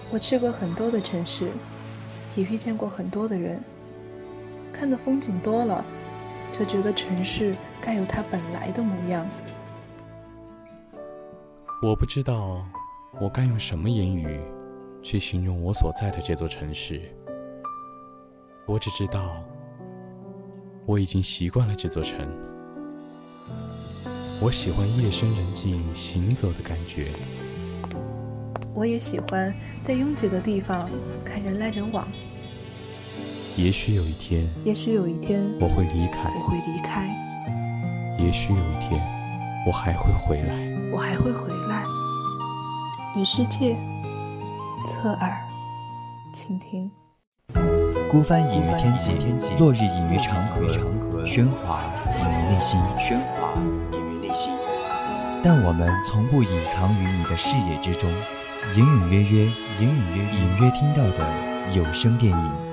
我去过很多的城市，也遇见过很多的人，看的风景多了，就觉得城市该有它本来的模样。 我不知道我该用什么言语去形容我所在的这座城市，我只知道我已经习惯了这座城。我喜欢夜深人静行走的感觉， 我也喜欢在拥挤的地方看人来人往。 也许有一天我会离开，也许有一天我还会回来， 与世界侧耳倾听。 孤帆隐于天际，落日隐于长河，喧哗隐于内心。但我们从不隐藏于你的视野之中，隐隐约听到的有声电影。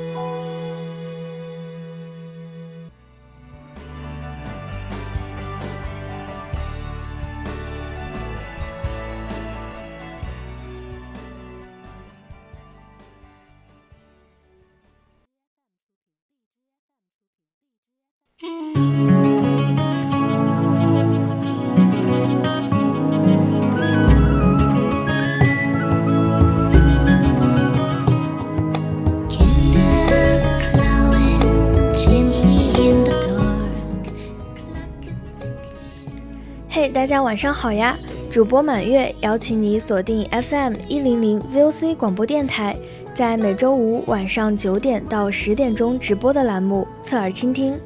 大家晚上好呀，主播满月邀请你锁定 FM 100 VOC 广播电台，在每周五晚上9点到10点钟直播的栏目侧耳倾听。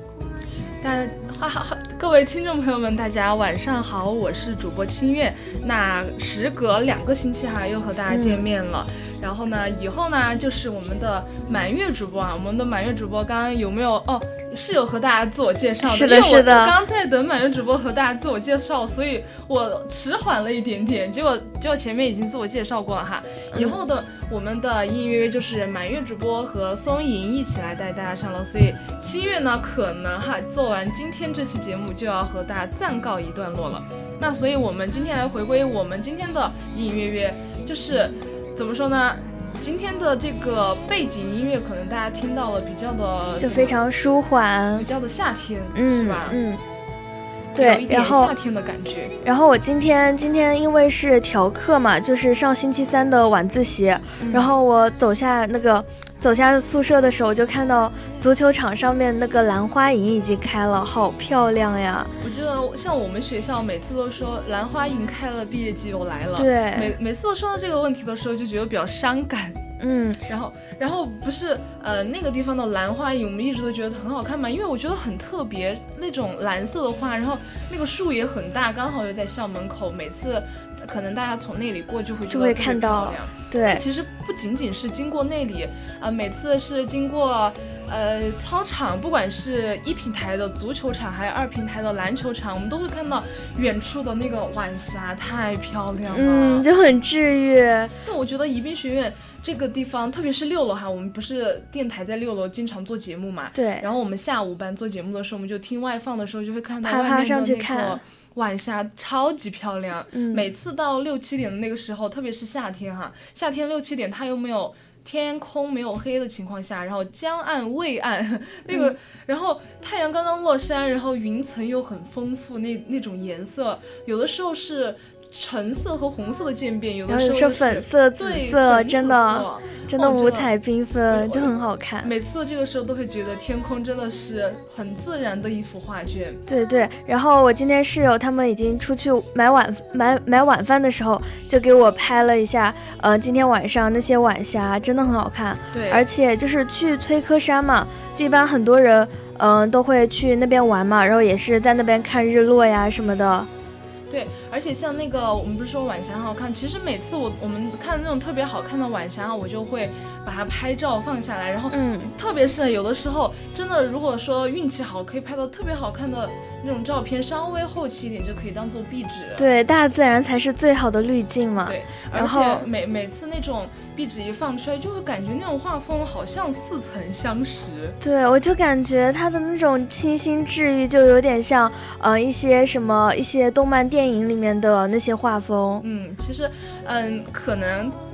各位听众朋友们，大家晚上好，我是主播清月。那时隔2个星期又和大家见面了。然后呢，以后呢就是我们的满月主播我们的满月主播刚刚有没有是有和大家自我介绍的？ 是的， 因为我刚刚在等满月主播和大家自我介绍，所以我迟缓了一点点。结果前面已经自我介绍过了哈。以后的我们的隐隐约约就是满月主播和松莹一起来带大家上楼，所以7月呢可能做完今天这期节目就要和大家暂告一段落了。那所以我们今天来回归我们今天的隐隐约约，就是怎么说呢？今天的这个背景音乐可能大家听到了比较的就非常舒缓， 比较的夏天，是吧？ 对， 有一点夏天的感觉。 然后我今天因为是调课嘛，就是上星期3的晚自习，然后我走下宿舍的时候，就看到足球场上面那个兰花楹已经开了，好漂亮呀！ 我记得像我们学校每次都说兰花楹开了，毕业季又来了。 对， 每次都说到这个问题的时候，就觉得比较伤感。然后不是那个地方的兰花楹，我们一直都觉得很好看嘛，因为我觉得很特别，那种蓝色的花，然后那个树也很大，刚好又在校门口，每次可能大家从那里过就会看到。 对，其实不仅仅是经过那里，每次是经过操场，不管是1平台的足球场还是2平台的篮球场，我们都会看到远处的那个晚霞，太漂亮了， 就很治愈。 因为我觉得宜宾学院这个地方，特别是6楼我们不是电台在6楼经常做节目嘛， 对， 然后我们下午班做节目的时候，我们就听外放的时候就会看到外面的那个晚霞超级漂亮。每次到6、7点的那个时候，特别是夏天夏天6、7点它又没有天空没有黑的情况下，然后江岸蔚岸那个然后太阳刚刚落山，然后云层又很丰富，那种颜色有的时候是橙色和红色的渐变，有的时候是粉色、紫色，真的五彩缤纷，就很好看。 每次这个时候都会觉得天空真的是很自然的一幅画卷。 对，然后我今天室友他们已经出去买晚饭的时候，就给我拍了一下，今天晚上那些晚霞真的很好看。 对， 而且就是去崔科山嘛，就一般很多人都会去那边玩嘛，然后也是在那边看日落呀什么的。 对，而且像那个我们不是说晚霞很好看，其实每次我们看那种特别好看的晚霞，我就会把它拍照放下来，然后特别是有的时候真的如果说运气好，可以拍到特别好看的那种照片，稍微后期一点就可以当做壁纸。 对，大自然才是最好的滤镜嘛。 对，而且每次那种壁纸一放出来，就会感觉那种画风好像似曾相识。 对，我就感觉它的那种清新治愈，就有点像一些动漫电影里面的那些画风。 其实可能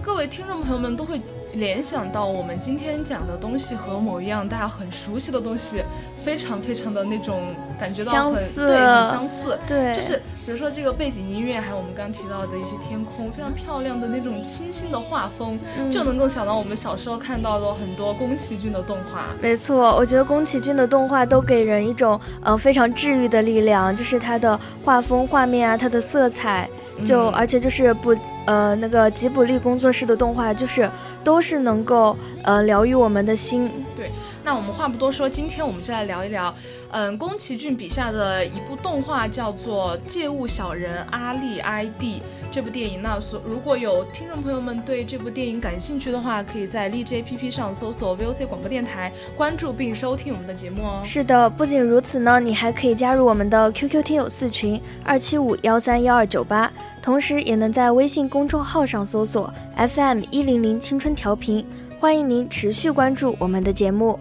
各位听众朋友们都会联想到我们今天讲的东西和某一样大家很熟悉的东西非常非常的那种感觉到很相似， 对， 就是比如说这个背景音乐，还有我们刚提到的一些天空非常漂亮的那种清新的画风，就能够想到我们小时候看到的很多宫崎骏的动画。 没错，我觉得宫崎骏的动画都给人一种非常治愈的力量，就是它的画风画面啊，它的色彩而且就是那个吉卜力工作室的动画就是都是能够疗愈我们的心。 对，那我们话不多说，今天我们就来聊一聊宫崎骏笔下的一部动画，叫做《借物小人阿笠 ID》这部电影。那如果有听众朋友们对这部电影感兴趣的话，可以在荔枝 APP 上搜索 VOC 广播电台，关注并收听我们的节目哦。 是的，不仅如此呢，你还可以加入我们的 QQ 听友4群275131298，同时也能在微信公众号上搜索 FM100青春调频，欢迎您持续关注我们的节目。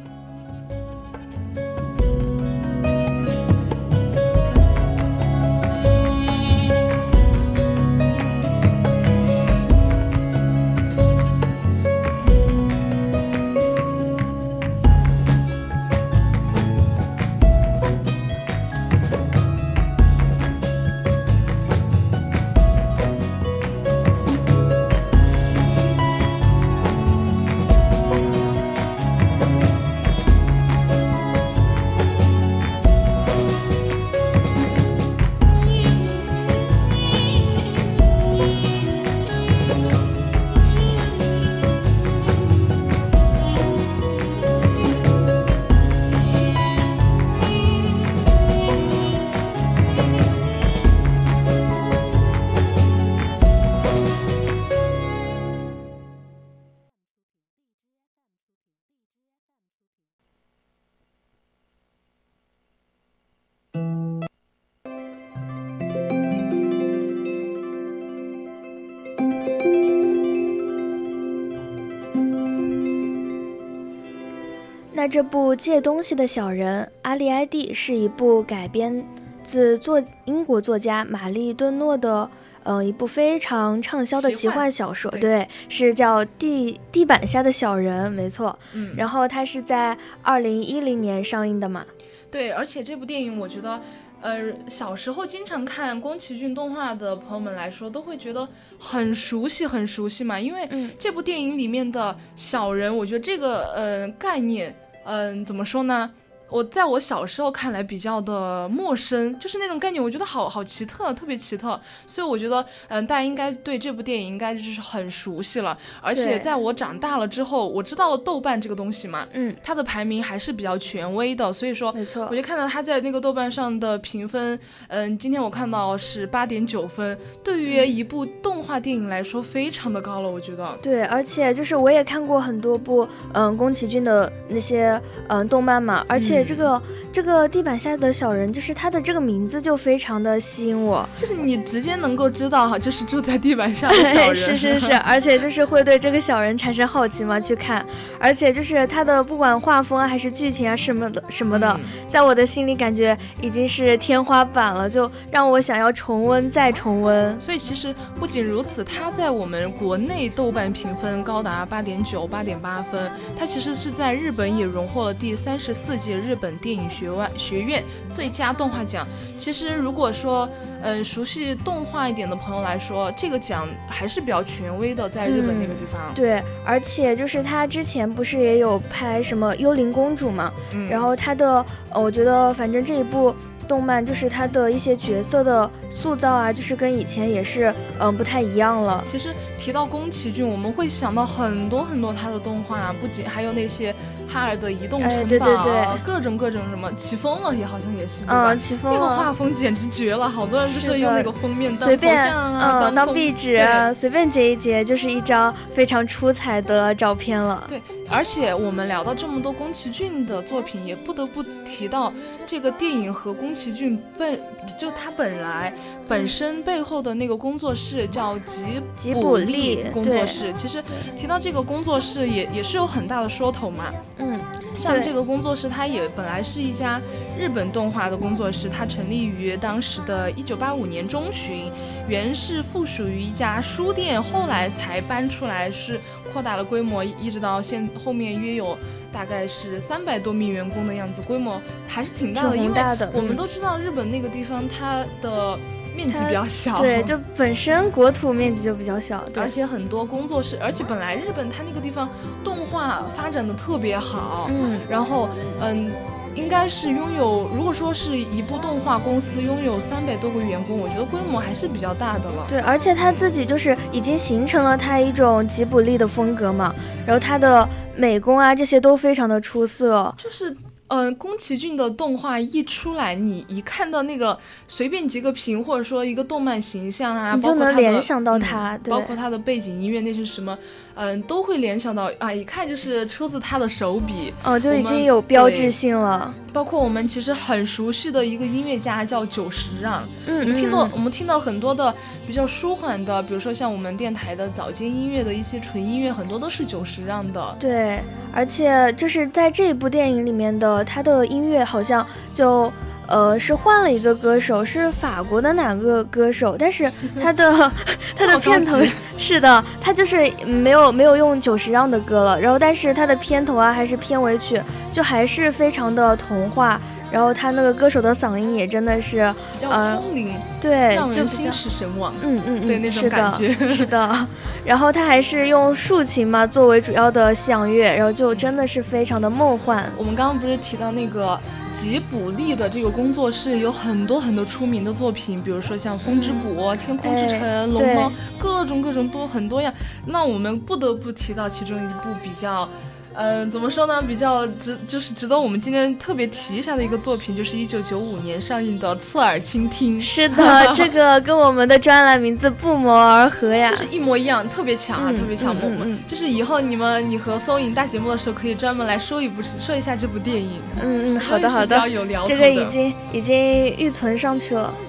那这部借东西的小人阿笠 ID 是一部改编自英国作家玛丽顿诺的一部非常畅销的奇幻小说，对，是叫地板下的小人，没错。然后它是在2010年上映的嘛。 对，而且这部电影我觉得小时候经常看宫崎骏动画的朋友们来说都会觉得很熟悉嘛，因为这部电影里面的小人，我觉得这个概念怎么说呢，在我小时候看来比较的陌生，就是那种概念我觉得好奇特，特别奇特，所以我觉得大家应该对这部电影应该就是很熟悉了。而且在我长大了之后，我知道了豆瓣这个东西嘛，它的排名还是比较权威的，所以说没错， 我就看到它在那个豆瓣上的评分，今天我看到是8.9分，对于一部动画电影来说非常的高了，我觉得。 对，而且就是我也看过很多部宫崎骏的那些动漫嘛，而且这个地板下的小人，就是他的这个名字就非常的吸引我， 就是你直接能够知道就是住在地板下的小人是，而且就是会对这个小人产生好奇嘛，去看，而且就是他的不管画风啊还是剧情啊什么的，在我的心里感觉已经是天花板了，就让我想要重温再重温。 所以其实不仅如此，他在我们国内豆瓣评分高达8.9、8.8分，他其实是在日本也荣获了第34届日本电影学院最佳动画奖。其实如果说熟悉动画一点的朋友来说，这个奖还是比较权威的，在日本那个地方。 对，而且就是他之前不是也有拍什么幽灵公主嘛，然后他的我觉得反正这一部动漫就是他的一些角色的塑造啊，就是跟以前也是不太一样了。 其实提到宫崎骏，我们会想到很多他的动画，不仅还有那些哈尔的移动城堡， 对， 各种什么起风了也好像也是，对吧？ 起风了， 那个画风简直绝了，好多人就是用那个封面当头像啊， 当壁纸，随便截一截就是一张非常出彩的照片了。 对，而且我们聊到这么多宫崎骏的作品，也不得不提到这个电影和宫崎骏就他本身背后的那个工作室叫吉卜力工作室。其实提到这个工作室也是有很大的说头嘛。像这个工作室，它也本来是一家日本动画的工作室，它成立于当时的1985年中旬， 原是附属于一家书店，后来才搬出来，是扩大了规模，一直到后面约有大概是300多名员工的样子，规模还是挺大的。 挺大的， 因为我们都知道日本那个地方它的面积比较小， 对，就本身国土面积就比较小， 而且很多工作室，而且本来日本它那个地方动画发展的特别好，然后应该是拥有，如果说是一部动画公司拥有300多个员工，我觉得规模还是比较大的了。 对，而且他自己就是已经形成了他一种吉卜力的风格嘛，然后他的美工啊这些都非常的出色， 就是宫崎骏的动画一出来，你一看到那个随便截个屏，或者说一个动漫形象啊， 你就能联想到他， 包括他的背景音乐那是什么，都会联想到啊，一看就是出自他的手笔， 就已经有标志性了。 包括我们其实很熟悉的一个音乐家叫久石让，我们听到很多的比较舒缓的，比如说像我们电台的早间音乐的一些纯音乐，很多都是久石让的。 对，而且就是在这一部电影里面的他的音乐好像是换了一个歌手，是法国的哪个歌手，但是他的片头是的，他就是没有用久石让的歌了，然后但是他的片头啊还是片尾曲就还是非常的童话，然后他那个歌手的嗓音也真的是比较空灵， 对， 让人心驰神往， 对那种感觉是的。然后他还是用竖琴嘛作为主要的响乐，然后就真的是非常的梦幻。 我们刚刚不是提到那个吉卜力的这个工作室有很多很多出名的作品，比如说像风之谷、天空之城、龙猫，各种都很多样。那我们不得不提到其中一部比较怎么说呢，比较值得我们今天特别提一下的一个作品，就是1995年上映的《侧耳倾听》。 是的，这个跟我们的专栏名字不谋而合呀， 就是一模一样，特别巧啊，特别巧。就是以后你和松影大节目的时候，可以专门来说一下这部电影。 好的， 比较有聊头的， 这个已经预存上去了。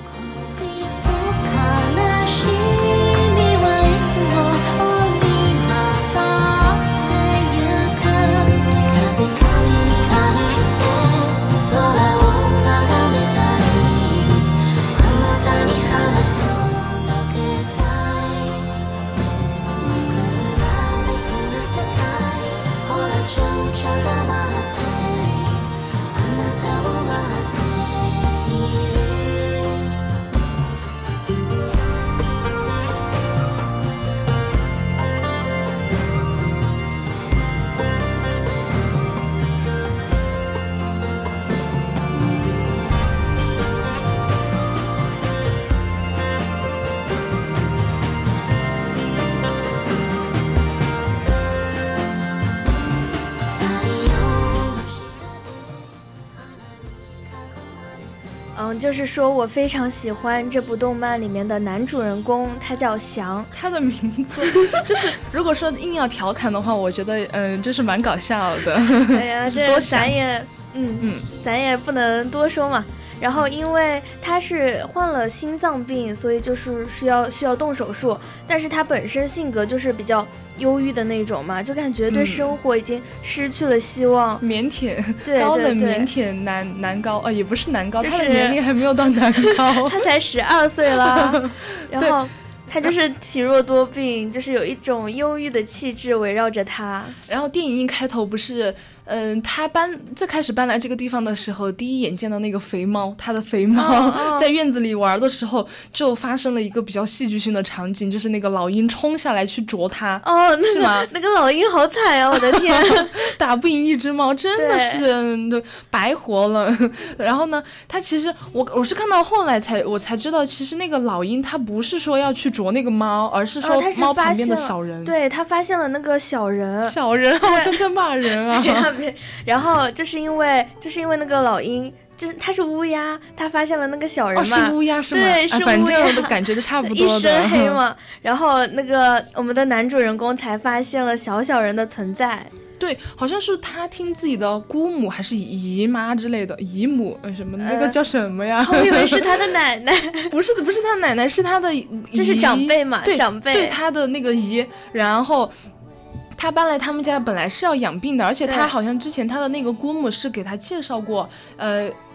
就是说我非常喜欢这部动漫里面的男主人公，他叫翔， 他的名字就是如果说硬要调侃的话，我觉得就是蛮搞笑的。 哎呀，这咱也不能多说嘛。然后因为他是患了心脏病，所以就是需要动手术，但是他本身性格就是比较忧郁的那种嘛，就感觉对生活已经失去了希望， 腼腆， 对， 高冷腼腆男高，也不是男高，他的年龄还没有到男高， 他才12岁啦。然后他就是体弱多病，就是有一种忧郁的气质围绕着他。 然后电影一开头不是他最开始搬来这个地方的时候，第一眼见到那个肥猫，他的肥猫在院子里玩的时候，就发生了一个比较戏剧性的场景，就是那个老鹰冲下来去啄他。是吗？ 那个老鹰好惨啊，我的天打不赢一只猫，真的是白活了。然后呢，他其实我是看到后来我才知道，其实那个老鹰他不是说要去啄那个猫，而是说猫旁边的小人。 对，他发现了那个小人好像在骂人啊。 然后就是因为那个老鹰，就是他是乌鸦，他发现了那个小人嘛。 是乌鸦是吗？ 对，是乌鸦。 反正我的感觉就差不多的。 一身黑嘛。然后那个我们的男主人公才发现了小人的存在。 对，好像是他听自己的姑母还是姨妈之类的，姨母什么那个叫什么呀？ 我以为是他的奶奶。 不是他奶奶，是他的姨， 这是长辈嘛？ 对， 长辈。 对他的那个姨，然后。他搬来他们家本来是要养病的，而且他好像之前他的那个姑母是给他介绍过，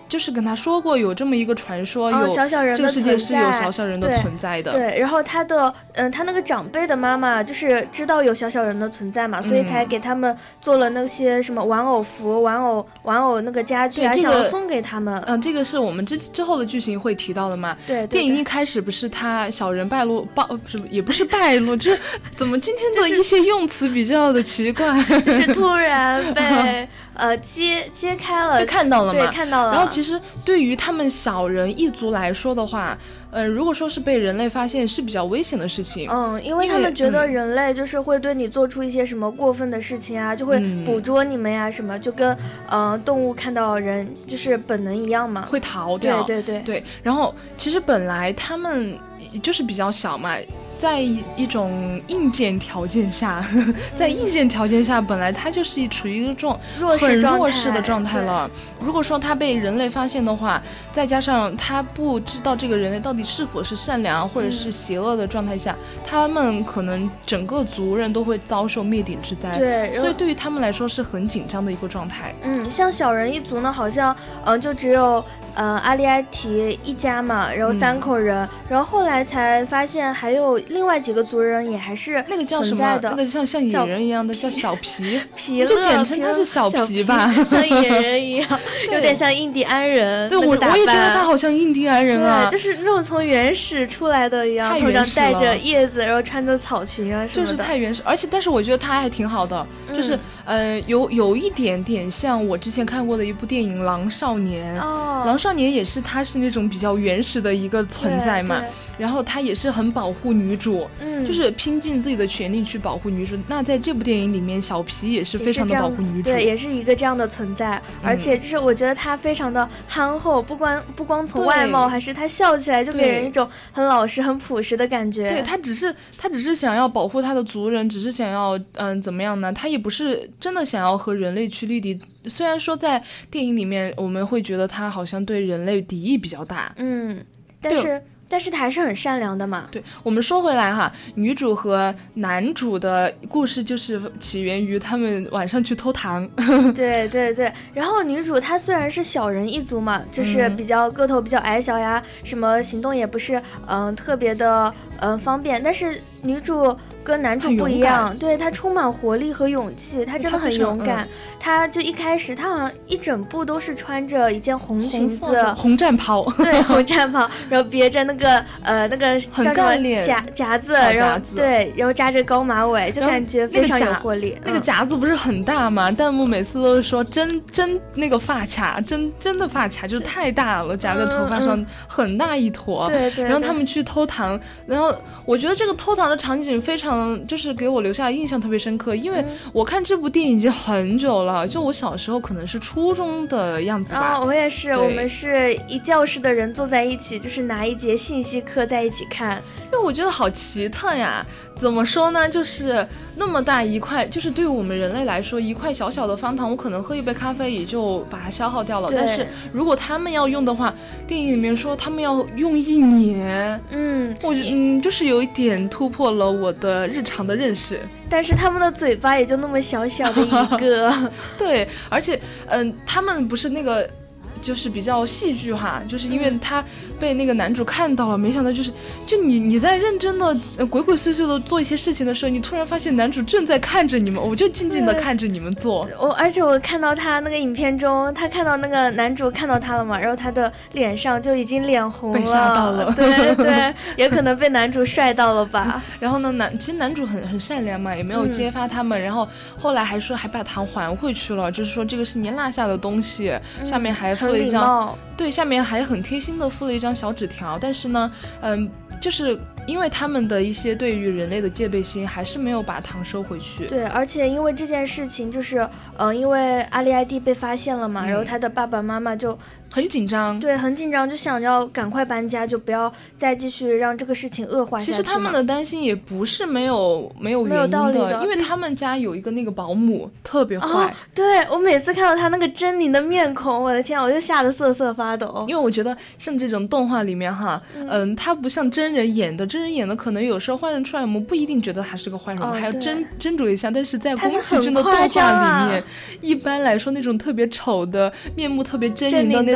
就是跟他说过有这么一个传说，有小小人的这个世界是有存在小小人的存在的。 对，然后他那个长辈的妈妈就是知道有小小人的存在嘛，所以才给他们做了那些什么玩偶服、玩偶那个家具啊，想要送给他们。 这个是我们之后的剧情会提到的嘛？ 对， 电影一开始不是他小人也不是败露，就是怎么今天的一些用词比较的奇怪， 就是突然被揭开了， 被看到了嘛？ 对，看到了。 然后其实对于他们小人一族来说的话，如果说是被人类发现是比较危险的事情。 因为他们觉得人类就是会对你做出一些什么过分的事情啊，就会捕捉你们呀什么，就跟动物看到人就是本能一样嘛， 会逃掉。对。然后其实本来他们就是比较小嘛。在一种硬件条件下，本来它就是处于一种很弱势的状态了。如果说它被人类发现的话，再加上他不知道这个人类到底是否是善良或者是邪恶的状态下，他们可能整个族人都会遭受灭顶之灾。 对， 所以对于他们来说是很紧张的一个状态。 像小人一族呢，好像就只有阿利埃提一家嘛，然后3口人，然后后来才发现还有另外几个族人也还是那个叫什么？那个像野人一样的叫小皮，就简称他是小皮吧， 像野人一样，有点像印第安人。 对，我也觉得他好像印第安人啊， 对，就是那种从原始出来的一样，头上带着叶子，然后穿着草裙啊什么的， 就是太原始。但是我觉得他还挺好的，就是有一点点像我之前看过的一部电影《狼少年》。狼少年也是，他是那种比较原始的一个存在嘛，然后他也是很保护女主，就是拼尽自己的全力去保护女主。那在这部电影里面，小皮也是非常的保护女主， 对，也是一个这样的存在。而且就是我觉得他非常的憨厚，不光从外貌，还是他笑起来就给人一种很老实、很朴实的感觉。 对，他只是想要保护他的族人，只是想要怎么样呢？他也不是真的想要和人类去立敌。虽然说在电影里面我们会觉得他好像对人类敌意比较大， 但是他还是很善良的嘛。 对，我们说回来哈，女主和男主的故事就是起源于他们晚上去偷糖。 对。然后女主她虽然是小人一族嘛，就是比较个头比较矮小呀，什么行动也不是特别的方便，但是女主跟男主不一样，对，她充满活力和勇气，她真的很勇敢。她就一开始她好像一整部都是穿着一件红裙子， 红战袍， 对，红战袍，然后别着那个很干练夹子，然后对，然后扎着高马尾，就感觉非常有活力。 那个夹子不是很大吗？弹幕每次都是说真那个发卡，真的发卡就太大了，夹在头发上很大一坨。 对。 然后他们去偷糖，然后我觉得这个偷糖的场景非常就是给我留下的印象特别深刻，因为我看这部电影已经很久了，就我小时候可能是初中的样子吧。 我也是，我们是一教室的人坐在一起，就是拿一节信息课在一起看。 因为我觉得好奇特呀，怎么说呢，就是那么大一块，就是对于我们人类来说一块小小的方糖，我可能喝一杯咖啡也就把它消耗掉了，但是如果他们要用的话，电影里面说他们要用1年，我就是有一点突破了我的日常的认识。 但是他们的嘴巴也就那么小小的一个。 对，而且他们不是那个就是比较戏剧化，就是因为他被那个男主看到了，没想到就你在认真的鬼鬼祟祟的做一些事情的时候，你突然发现男主正在看着你们，我就静静的看着你们做。 而且我看到他那个影片中，他看到那个男主看到他了嘛，然后他的脸上就已经脸红了， 被吓到了。 对，也可能被男主帅到了吧。 然后呢，其实男主很善良嘛，也没有揭发他们，然后后来还说还把糖还回去了，就是说这个是您落下的东西，下面还附了一张，对，下面还很贴心的附了一张小纸条，但是呢，就是因为他们的一些对于人类的戒备心，还是没有把糖收回去。 对，而且因为这件事情，就是因为阿利埃蒂被发现了嘛，然后他的爸爸妈妈就很紧张， 对，很紧张，就想要赶快搬家，就不要再继续让这个事情恶化下去。 其实他们的担心也不是没有原因道理的， 因为他们家有一个那个保姆特别坏。 对，我每次看到他那个狰狞的面孔，我的天，我就吓得瑟瑟发抖。 因为我觉得像这种动画里面哈，他不像真人演的可能有时候坏人出来，我们不一定觉得他是个坏人，还要斟酌一下。但是在宫崎骏的动画里面，一般来说那种特别丑的面目特别狰狞的那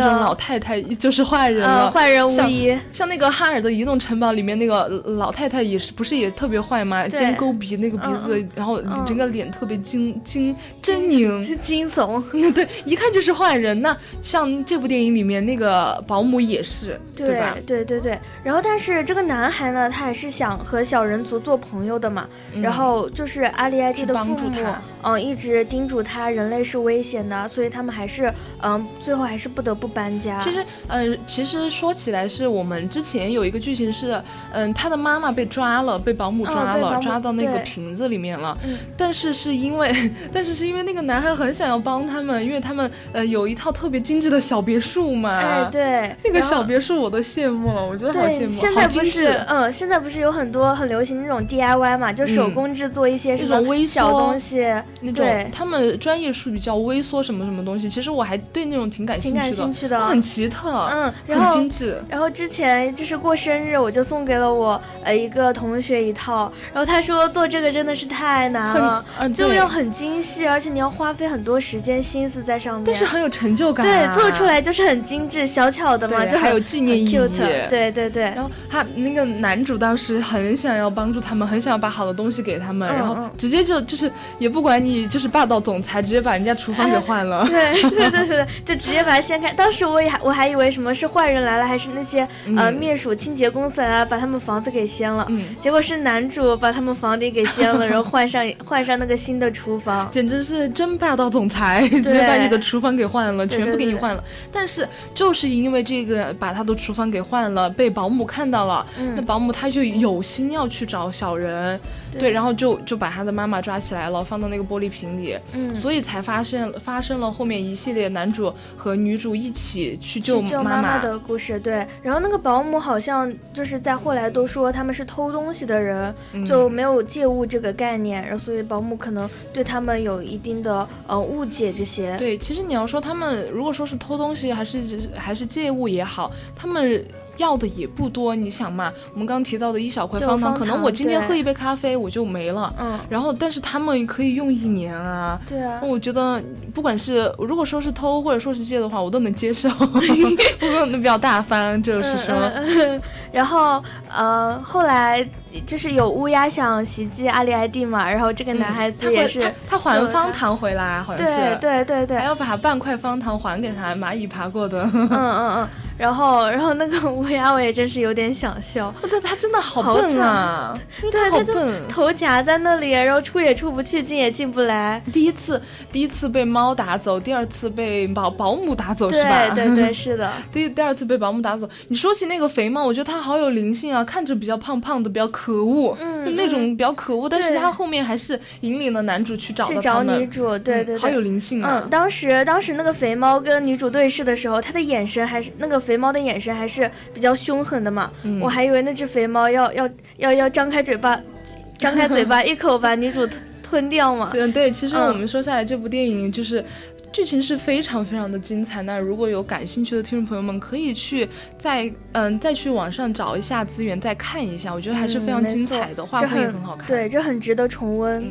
种老太太就是坏人了， 坏人无疑。 像那个哈尔的移动城堡里面那个老太太也是，不是也特别坏吗？尖沟鼻那个鼻子，然后整个脸特别狰狞、 惊悚。 对，一看就是坏人。那像这部电影里面那个保姆也是，对吧？ 对。然后但是这个男孩呢，他还是想和小人族做朋友的嘛。然后就是阿里埃蒂的父母，一直叮嘱他人类是危险的，所以他们还是最后还是不得不搬家。 其实说起来是我们之前有一个剧情是，他的妈妈被抓了，被保姆抓了，抓到那个瓶子里面了。但是是因为那个男孩很想要帮他们，因为他们有一套特别精致的小别墅嘛。 对， 那个小别墅我都羡慕了，我觉得好羡慕。 现在不是有很多很流行那种 DIY 嘛，就手工制作一些什么小东西， 那种他们专业术语叫微缩什么什么东西。其实我还对那种挺感兴趣的，很奇特，很精致。 然后之前就是过生日，我就送给了我一个同学一套，然后他说做这个真的是太难了，就要很精细，而且你要花费很多时间心思在上面， 但是很有成就感。 对，做出来就是很精致小巧的嘛，就还有纪念意义。 对。 然后他那个男主当时很想要帮助他们，很想要把好的东西给他们，然后直接就是也不管你就是霸道总裁，直接把人家厨房给换了。 对，就直接把它掀开。当时我还以为什么是坏人来了，还是那些灭鼠清洁公司来了，把他们房子给掀了。结果是男主把他们房顶给掀了，然后换上那个新的厨房， 简直是真霸道总裁，直接把你的厨房给换了，全部给你换了。但是就是因为这个把他的厨房给换了，被保姆看到了，那保姆他就有心要去找小人，对，然后就把他的妈妈抓起来了，放到那个玻璃瓶里，所以才发生了后面一系列男主和女主一起去救妈妈的故事。对，然后那个保姆好像就是在后来都说他们是偷东西的人，就没有借物这个概念，然后所以保姆可能对他们有一定的误解这些。 对，其实你要说他们如果说是偷东西还是借物也好，他们要的也不多。你想嘛，我们刚刚提到的一小块方糖，可能我今天喝一杯咖啡我就没了，然后但是他们可以用1年啊。 对啊， 我觉得不管是如果说是偷或者说是借的话，我都能接受，我可能比较大方，就是说。 然后后来就是有乌鸦想袭击阿里埃蒂嘛，然后这个男孩子也是他还方糖回来，好像是对， 还要把半块方糖还给他，蚂蚁爬过的。 然后那个乌鸦我也真是有点想笑， 但他真的好笨啊， 对， 好笨， 头夹在那里，然后出也出不去，进也进不来。 第一次被猫打走，第二次被保姆打走，是吧？ 对，是的。 第二次被保姆打走。你说起那个肥猫，我觉得他好有灵性啊，看着比较胖胖的，比较可恶，就那种比较可恶，但是他后面还是引领了男主去找女主，对， 好有灵性啊。 当时那个肥猫跟女主对视的时候，他的眼神还是那个肥猫的眼神还是比较凶狠的嘛，我还以为那只肥猫要张开嘴巴一口把女主吞掉嘛。 对，其实我们说下来这部电影就是剧情是非常非常的精彩。那如果有感兴趣的听众朋友们，可以去再去网上找一下资源再看一下，我觉得还是非常精彩的，画风也很好看。 对，这很值得重温。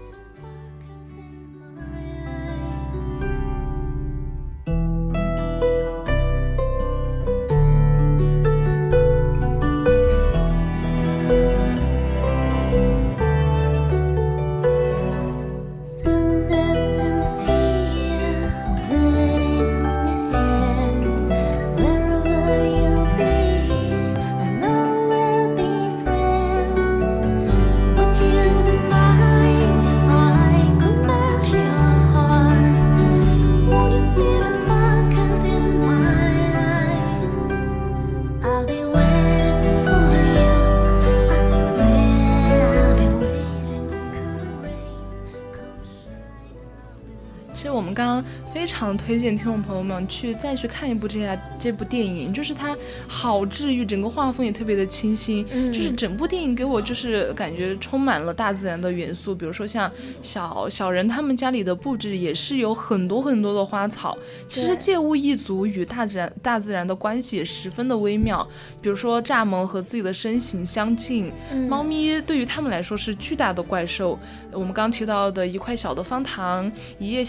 我们刚刚非常推荐听众朋友们再去看一部这部电影，就是它好治愈，整个画风也特别的清新，就是整部电影给我就是感觉充满了大自然的元素，比如说像小人他们家里的布置也是有很多很多的花草，其实借物一族与大自然的关系也十分的微妙，比如说蚱蜢和自己的身形相近，猫咪对于他们来说是巨大的怪兽，我们刚提到的一块小的方糖，一叶香草，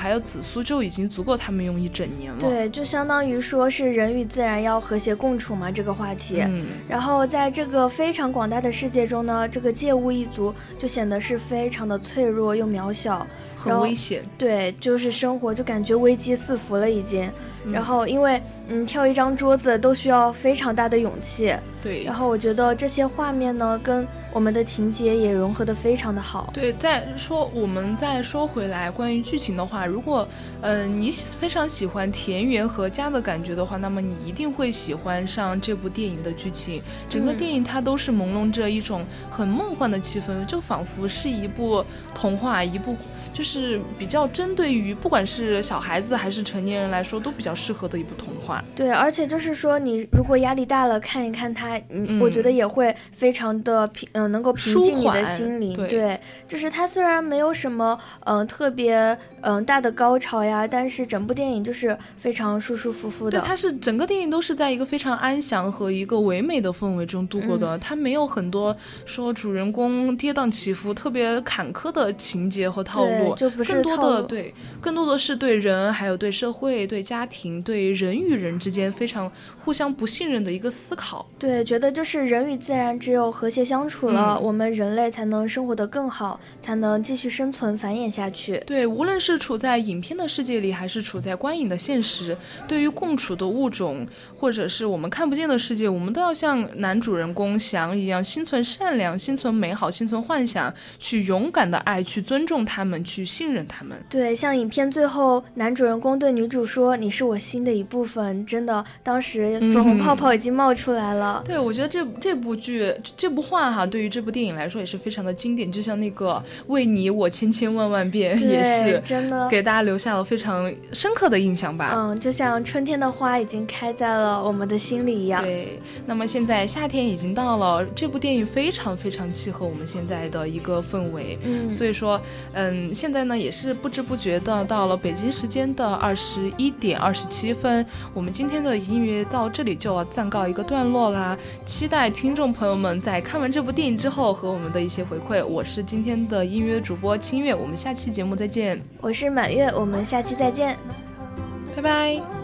还有紫苏就已经足够他们用一整年了。 对，就相当于说是人与自然要和谐共处嘛，这个话题。然后在这个非常广大的世界中呢，这个介物一族就显得是非常的脆弱又渺小， 很危险。 对，就是生活就感觉危机四伏了已经。然后因为跳一张桌子都需要非常大的勇气。 对， 然后我觉得这些画面呢跟我们的情节也融合得非常的好。 对，我们再说回来关于剧情的话，如果你非常喜欢田园和家的感觉的话，那么你一定会喜欢上这部电影的剧情。整个电影它都是朦胧着一种很梦幻的气氛，就仿佛是一部童话，一部就是比较针对于不管是小孩子还是成年人来说都比较适合的一部童话。 对，而且就是说你如果压力大了看一看它，我觉得也会非常的能够平静你的心灵。对，就是它虽然没有什么特别大的高潮呀，但是整部电影就是非常舒舒服服的。 对，它是整个电影都是在一个非常安详和一个唯美的氛围中度过的。它没有很多说主人公跌宕起伏特别坎坷的情节和套路， 就不是更多的是对人还有对社会对家庭对人与人之间非常互相不信任的一个思考。 对，觉得就是人与自然只有和谐相处了，我们人类才能生活得更好，才能继续生存繁衍下去。 对，无论是处在影片的世界里还是处在观影的现实，对于共处的物种或者是我们看不见的世界，我们都要像男主人公翔一样心存善良，心存美好，心存幻想，去勇敢的爱，去尊重他们，去信任他们。 对，像影片最后男主人公对女主说你是我心的一部分，真的当时粉红泡泡已经冒出来了。 对，我觉得这部话哈，对于这部电影来说也是非常的经典，就像那个为你我千千万万遍，也是真的给大家留下了非常深刻的印象吧。 就像春天的花已经开在了我们的心里一样。 对，那么现在夏天已经到了，这部电影非常非常契合我们现在的一个氛围。所以说现在呢也是不知不觉的到了北京时间的21点27分，我们今天的音乐到这里就要暂告一个段落啦。期待听众朋友们在看完这部电影之后和我们的一些回馈。我是今天的音乐主播清月，我们下期节目再见。 我是满月，我们下期再见， 拜拜。